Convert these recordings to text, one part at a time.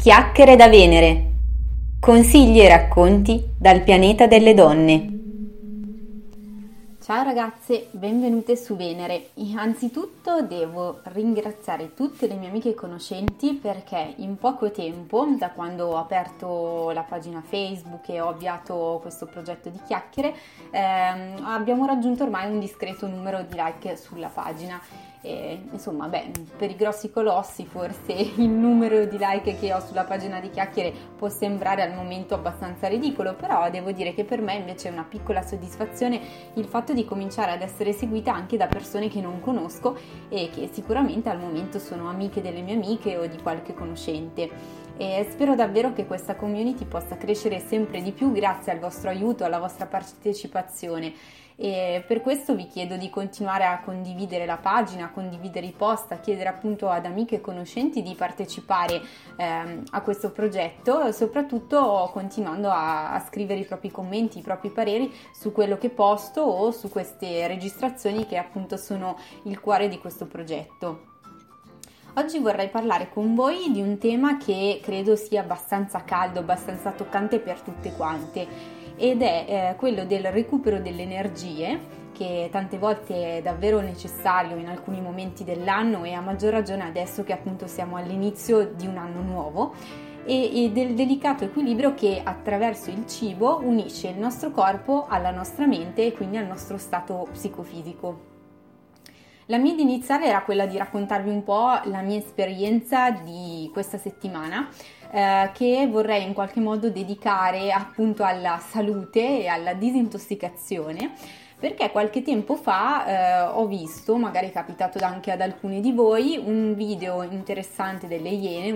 Chiacchiere da Venere. Consigli e racconti dal pianeta delle donne. Ciao ragazze, benvenute su Venere. Anzitutto devo ringraziare tutte le mie amiche e conoscenti perché in poco tempo, da quando ho aperto la pagina Facebook e ho avviato questo progetto di chiacchiere, abbiamo raggiunto ormai un discreto numero di like sulla pagina. Insomma, per i grossi colossi forse il numero di like che ho sulla pagina di chiacchiere può sembrare al momento abbastanza ridicolo, però devo dire che per me invece è una piccola soddisfazione il fatto di cominciare ad essere seguita anche da persone che non conosco e che sicuramente al momento sono amiche delle mie amiche o di qualche conoscente. E spero davvero che questa community possa crescere sempre di più grazie al vostro aiuto, alla vostra partecipazione. E per questo vi chiedo di continuare a condividere la pagina, a condividere i post, a chiedere appunto ad amiche e conoscenti di partecipare a questo progetto, soprattutto continuando a scrivere i propri commenti, i propri pareri su quello che posto o su queste registrazioni che appunto sono il cuore di questo progetto. Oggi vorrei parlare con voi di un tema che credo sia abbastanza caldo, abbastanza toccante per tutte quante, ed è quello del recupero delle energie, che tante volte è davvero necessario in alcuni momenti dell'anno e a maggior ragione adesso che appunto siamo all'inizio di un anno nuovo, e del delicato equilibrio che attraverso il cibo unisce il nostro corpo alla nostra mente e quindi al nostro stato psicofisico. La mia idea iniziale era quella di raccontarvi un po' la mia esperienza di questa settimana, che vorrei in qualche modo dedicare appunto alla salute e alla disintossicazione, perché qualche tempo fa ho visto, magari è capitato anche ad alcuni di voi, un video interessante delle Iene,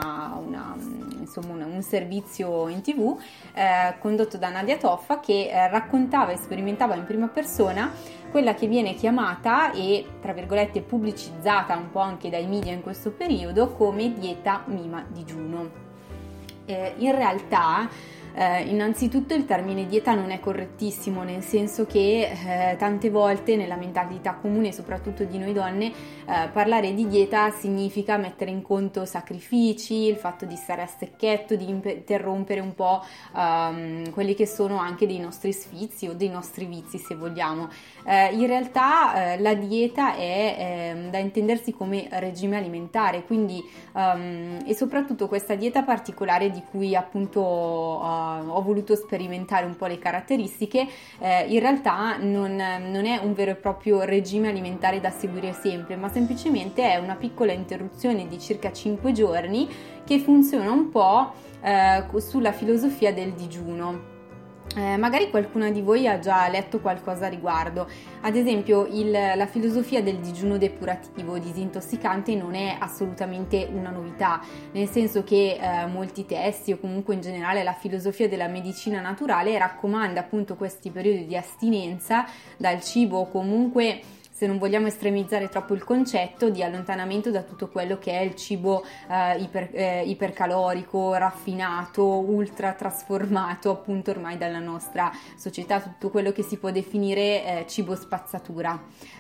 un servizio in TV condotto da Nadia Toffa, che raccontava e sperimentava in prima persona quella che viene chiamata e tra virgolette pubblicizzata un po' anche dai media in questo periodo come dieta Mima digiuno. In realtà innanzitutto il termine dieta non è correttissimo, nel senso che tante volte nella mentalità comune, soprattutto di noi donne, parlare di dieta significa mettere in conto sacrifici, il fatto di stare a stecchetto, di interrompere un po' quelli che sono anche dei nostri sfizi o dei nostri vizi, se vogliamo. In realtà la dieta è da intendersi come regime alimentare, quindi e soprattutto questa dieta particolare di cui appunto ho voluto sperimentare un po' le caratteristiche, in realtà non è un vero e proprio regime alimentare da seguire sempre, ma semplicemente è una piccola interruzione di circa 5 giorni che funziona un po' sulla filosofia del digiuno. Magari qualcuna di voi ha già letto qualcosa a riguardo. Ad esempio la filosofia del digiuno depurativo disintossicante non è assolutamente una novità, nel senso che molti testi o comunque in generale la filosofia della medicina naturale raccomanda appunto questi periodi di astinenza dal cibo o comunque, se non vogliamo estremizzare troppo il concetto, di allontanamento da tutto quello che è il cibo ipercalorico, raffinato, ultra trasformato appunto ormai dalla nostra società, tutto quello che si può definire cibo spazzatura.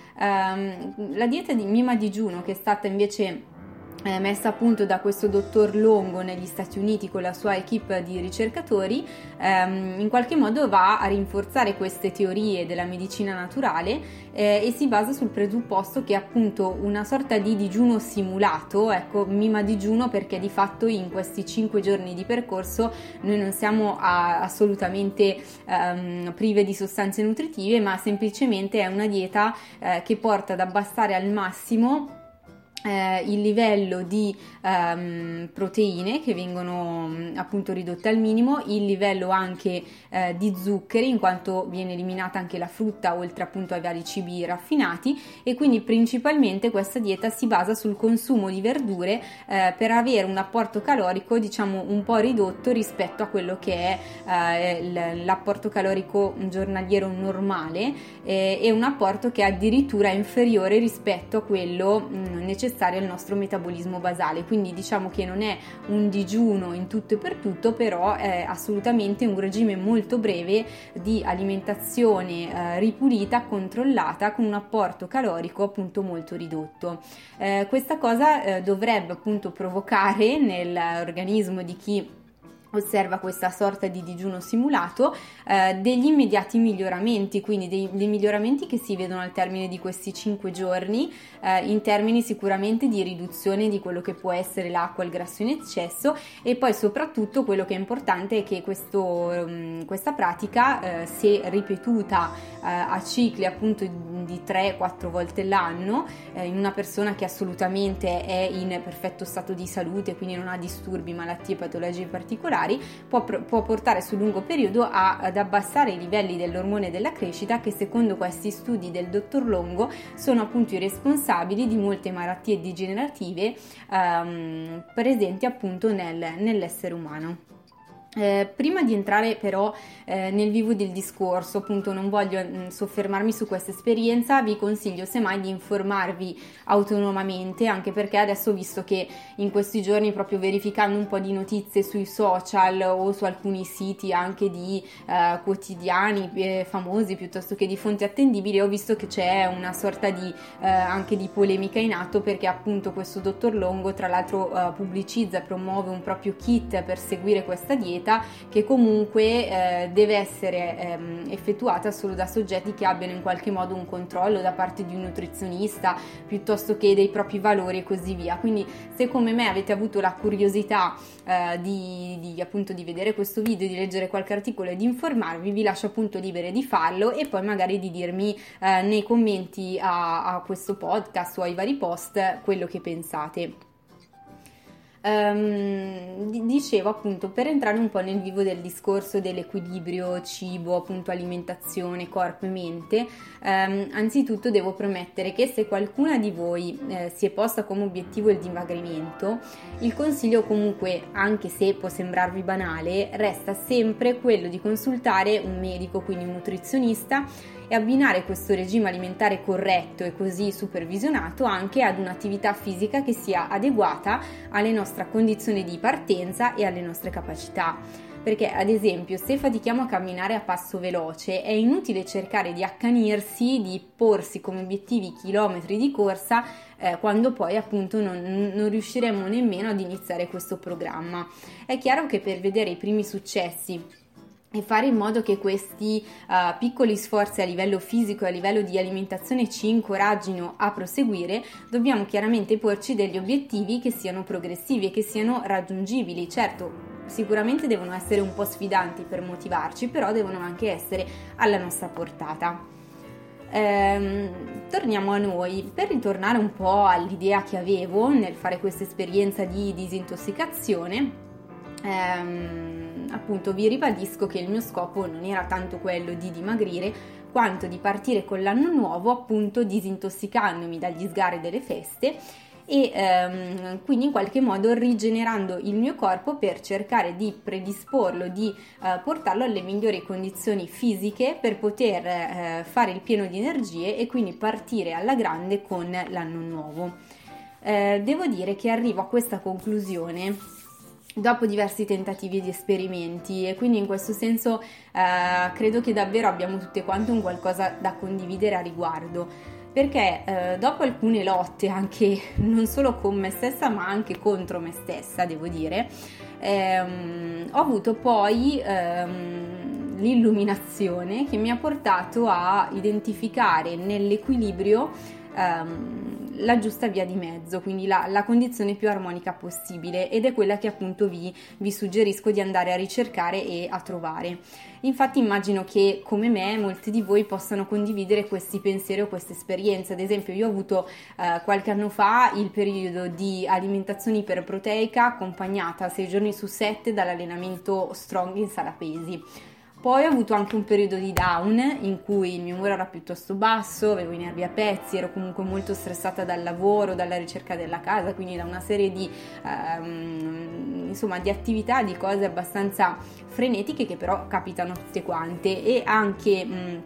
La dieta di Mima digiuno, che è stata invece messa a punto da questo dottor Longo negli Stati Uniti con la sua equipe di ricercatori, in qualche modo va a rinforzare queste teorie della medicina naturale e si basa sul presupposto che appunto una sorta di digiuno simulato, ecco, Mima digiuno, perché di fatto in questi 5 giorni di percorso noi non siamo assolutamente prive di sostanze nutritive, ma semplicemente è una dieta che porta ad abbassare al massimo il livello di proteine, che vengono appunto ridotte al minimo, il livello anche di zuccheri, in quanto viene eliminata anche la frutta oltre appunto ai vari cibi raffinati, e quindi principalmente questa dieta si basa sul consumo di verdure per avere un apporto calorico diciamo un po' ridotto rispetto a quello che è l'apporto calorico giornaliero normale, e un apporto che è addirittura inferiore rispetto a quello necessario necessario al nostro metabolismo basale. Quindi diciamo che non è un digiuno in tutto e per tutto, però è assolutamente un regime molto breve di alimentazione ripulita, controllata, con un apporto calorico appunto molto ridotto. Questa cosa dovrebbe appunto provocare nell'organismo di chi osserva questa sorta di digiuno simulato degli immediati miglioramenti, quindi dei miglioramenti che si vedono al termine di questi 5 giorni, in termini sicuramente di riduzione di quello che può essere l'acqua e il grasso in eccesso, e poi soprattutto quello che è importante è che questa pratica, se ripetuta a cicli appunto di 3-4 volte l'anno, in una persona che assolutamente è in perfetto stato di salute, quindi non ha disturbi, malattie, patologie particolari, può portare sul lungo periodo ad abbassare i livelli dell'ormone della crescita, che secondo questi studi del dottor Longo sono appunto i responsabili di molte malattie degenerative presenti appunto nell'essere umano. Prima di entrare però nel vivo del discorso, appunto non voglio soffermarmi su questa esperienza, vi consiglio semmai di informarvi autonomamente, anche perché adesso ho visto che in questi giorni, proprio verificando un po' di notizie sui social o su alcuni siti anche di quotidiani famosi piuttosto che di fonti attendibili, ho visto che c'è una sorta di anche di polemica in atto, perché appunto questo dottor Longo tra l'altro pubblicizza e promuove un proprio kit per seguire questa dieta, che comunque deve essere effettuata solo da soggetti che abbiano in qualche modo un controllo da parte di un nutrizionista, piuttosto che dei propri valori e così via. Quindi se come me avete avuto la curiosità appunto di vedere questo video, di leggere qualche articolo e di informarvi, vi lascio appunto libere di farlo, e poi magari di dirmi nei commenti a questo podcast o ai vari post quello che pensate. Dicevo appunto, per entrare un po' nel vivo del discorso dell'equilibrio cibo, appunto alimentazione, corpo e mente, anzitutto devo promettere che se qualcuna di voi si è posta come obiettivo il dimagrimento, il consiglio comunque, anche se può sembrarvi banale, resta sempre quello di consultare un medico, quindi un nutrizionista, e abbinare questo regime alimentare corretto e così supervisionato anche ad un'attività fisica che sia adeguata alle nostre condizioni di partenza e alle nostre capacità. Perché ad esempio, se fatichiamo a camminare a passo veloce, è inutile cercare di accanirsi, di porsi come obiettivi chilometri di corsa quando poi appunto non riusciremo nemmeno ad iniziare questo programma. È chiaro che per vedere i primi successi e fare in modo che questi piccoli sforzi a livello fisico e a livello di alimentazione ci incoraggino a proseguire, dobbiamo chiaramente porci degli obiettivi che siano progressivi e che siano raggiungibili. Certo, sicuramente devono essere un po' sfidanti per motivarci, però devono anche essere alla nostra portata. Torniamo a noi. Per ritornare un po' all'idea che avevo nel fare questa esperienza di disintossicazione, appunto vi ribadisco che il mio scopo non era tanto quello di dimagrire, quanto di partire con l'anno nuovo appunto disintossicandomi dagli sgarri delle feste e quindi in qualche modo rigenerando il mio corpo per cercare di predisporlo, di portarlo alle migliori condizioni fisiche per poter fare il pieno di energie e quindi partire alla grande con l'anno nuovo. Devo dire che arrivo a questa conclusione dopo diversi tentativi ed esperimenti, e quindi in questo senso credo che davvero abbiamo tutte quante un qualcosa da condividere a riguardo, perché dopo alcune lotte anche non solo con me stessa ma anche contro me stessa, devo dire, ho avuto poi l'illuminazione che mi ha portato a identificare nell'equilibrio la giusta via di mezzo, quindi la condizione più armonica possibile, ed è quella che appunto vi suggerisco di andare a ricercare e a trovare. Infatti immagino che come me molti di voi possano condividere questi pensieri o queste esperienze. Ad esempio io ho avuto qualche anno fa il periodo di alimentazione iperproteica accompagnata 6 giorni su 7 dall'allenamento strong in sala pesi. Poi ho avuto anche un periodo di down in cui il mio umore era piuttosto basso, avevo i nervi a pezzi, ero comunque molto stressata dal lavoro, dalla ricerca della casa, quindi da una serie di insomma di attività, di cose abbastanza frenetiche che però capitano tutte quante, e anche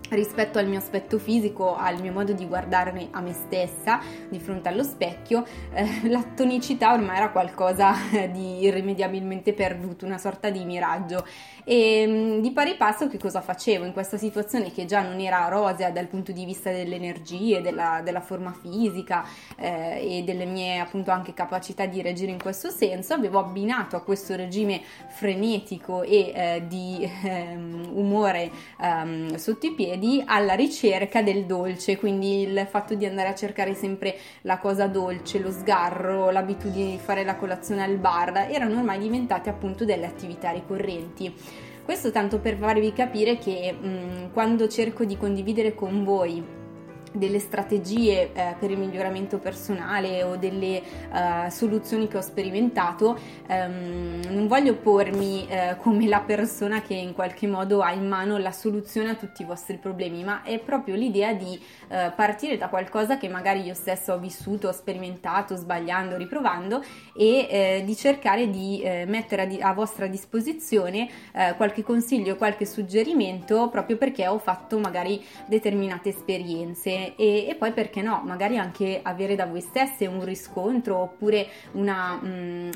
rispetto al mio aspetto fisico, al mio modo di guardarmi a me stessa di fronte allo specchio, la tonicità ormai era qualcosa di irrimediabilmente perduto, una sorta di miraggio. E di pari passo che cosa facevo in questa situazione che già non era rosea dal punto di vista delle energie, della forma fisica e delle mie appunto anche capacità di reagire in questo senso? Avevo abbinato a questo regime frenetico e di umore sotto i piedi alla ricerca del dolce, quindi il fatto di andare a cercare sempre la cosa dolce, lo sgarro, l'abitudine di fare la colazione al bar erano ormai diventate appunto delle attività ricorrenti. Questo tanto per farvi capire che quando cerco di condividere con voi delle strategie per il miglioramento personale o delle soluzioni che ho sperimentato, non voglio pormi come la persona che in qualche modo ha in mano la soluzione a tutti i vostri problemi, ma è proprio l'idea di partire da qualcosa che magari io stesso ho vissuto, ho sperimentato, sbagliando, riprovando, e di cercare di mettere a vostra disposizione qualche consiglio, qualche suggerimento, proprio perché ho fatto magari determinate esperienze. E poi perché no, magari anche avere da voi stesse un riscontro oppure un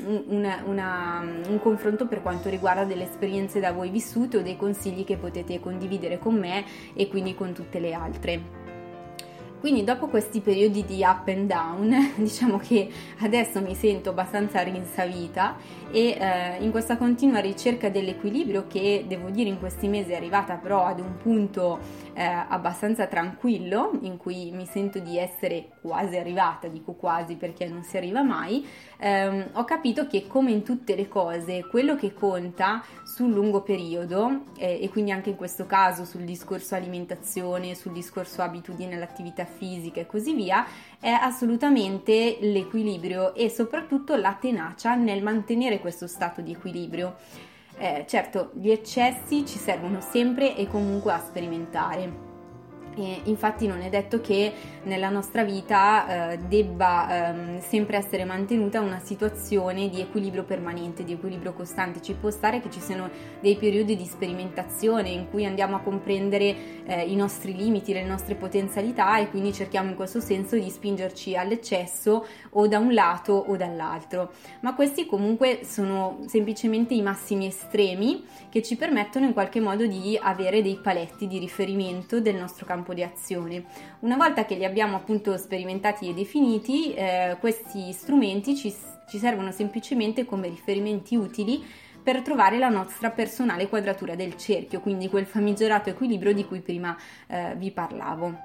confronto per quanto riguarda delle esperienze da voi vissute o dei consigli che potete condividere con me e quindi con tutte le altre. Quindi dopo questi periodi di up and down, diciamo che adesso mi sento abbastanza rinsavita e in questa continua ricerca dell'equilibrio, che devo dire in questi mesi è arrivata però ad un punto abbastanza tranquillo, in cui mi sento di essere quasi arrivata, dico quasi perché non si arriva mai, ho capito che come in tutte le cose quello che conta sul lungo periodo e quindi anche in questo caso sul discorso alimentazione, sul discorso abitudine all'attività fisica e così via, è assolutamente l'equilibrio e soprattutto la tenacia nel mantenere questo stato di equilibrio. Certo, gli eccessi ci servono sempre e comunque a sperimentare. E infatti non è detto che nella nostra vita debba sempre essere mantenuta una situazione di equilibrio permanente, di equilibrio costante. Ci può stare che ci siano dei periodi di sperimentazione in cui andiamo a comprendere i nostri limiti, le nostre potenzialità, e quindi cerchiamo in questo senso di spingerci all'eccesso o da un lato o dall'altro, ma questi comunque sono semplicemente i massimi estremi che ci permettono in qualche modo di avere dei paletti di riferimento del nostro campo di azione. Una volta che li abbiamo appunto sperimentati e definiti, questi strumenti ci servono semplicemente come riferimenti utili per trovare la nostra personale quadratura del cerchio, quindi quel famigerato equilibrio di cui prima vi parlavo.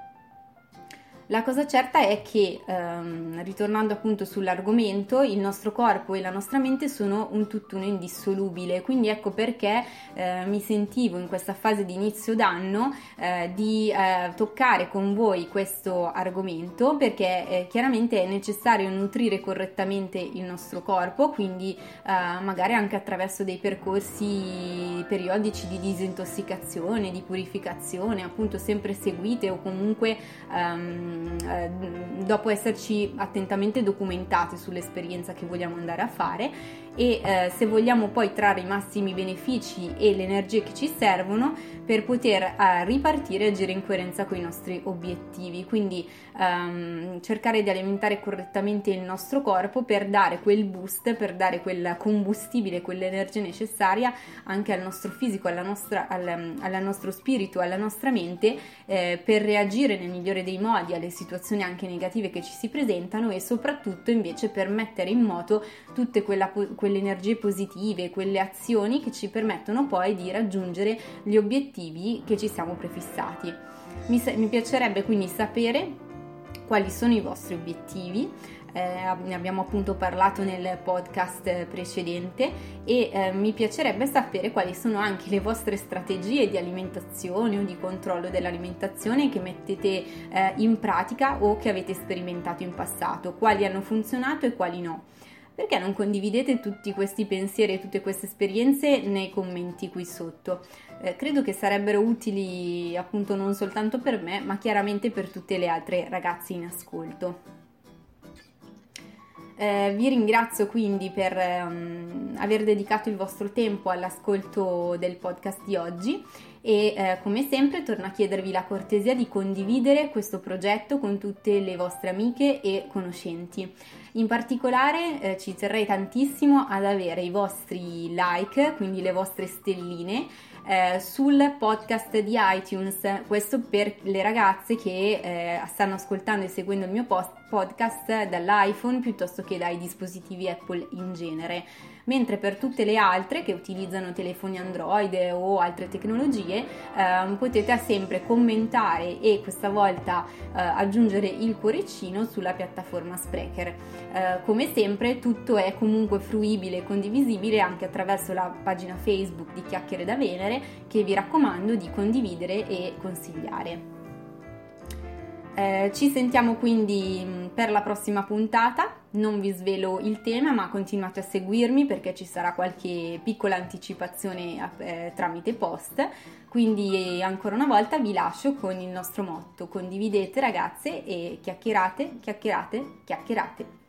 La cosa certa è che, ritornando appunto sull'argomento, il nostro corpo e la nostra mente sono un tutt'uno indissolubile, quindi ecco perché mi sentivo in questa fase di inizio d'anno di toccare con voi questo argomento, perché chiaramente è necessario nutrire correttamente il nostro corpo, quindi magari anche attraverso dei percorsi periodici di disintossicazione, di purificazione, appunto sempre seguite o comunque dopo esserci attentamente documentate sull'esperienza che vogliamo andare a fare, e se vogliamo poi trarre i massimi benefici e le energie che ci servono per poter ripartire e agire in coerenza con i nostri obiettivi. Quindi cercare di alimentare correttamente il nostro corpo per dare quel boost, per dare quel combustibile, quell'energia necessaria anche al nostro fisico, al nostro spirito, alla nostra mente, per reagire nel migliore dei modi alle situazioni anche negative che ci si presentano, e soprattutto invece per mettere in moto tutte quelle energie positive, quelle azioni che ci permettono poi di raggiungere gli obiettivi che ci siamo prefissati. Mi piacerebbe quindi sapere quali sono i vostri obiettivi. Ne abbiamo appunto parlato nel podcast precedente, e mi piacerebbe sapere quali sono anche le vostre strategie di alimentazione o di controllo dell'alimentazione che mettete in pratica o che avete sperimentato in passato, quali hanno funzionato e quali no. Perché non condividete tutti questi pensieri e tutte queste esperienze nei commenti qui sotto? Credo che sarebbero utili appunto non soltanto per me, ma chiaramente per tutte le altre ragazze in ascolto. Vi ringrazio quindi per aver dedicato il vostro tempo all'ascolto del podcast di oggi, e come sempre torno a chiedervi la cortesia di condividere questo progetto con tutte le vostre amiche e conoscenti. In particolare ci terrei tantissimo ad avere i vostri like, quindi le vostre stelline, sul podcast di iTunes, questo per le ragazze che stanno ascoltando e seguendo il mio podcast dall'iPhone piuttosto che dai dispositivi Apple in genere, mentre per tutte le altre che utilizzano telefoni Android o altre tecnologie potete sempre commentare e questa volta aggiungere il cuoricino sulla piattaforma Spreaker. Come sempre tutto è comunque fruibile e condivisibile anche attraverso la pagina Facebook di Chiacchiere da Venere, che vi raccomando di condividere e consigliare. Ci sentiamo quindi per la prossima puntata, non vi svelo il tema ma continuate a seguirmi perché ci sarà qualche piccola anticipazione tramite post, quindi ancora una volta vi lascio con il nostro motto: condividete ragazze e chiacchierate, chiacchierate, chiacchierate.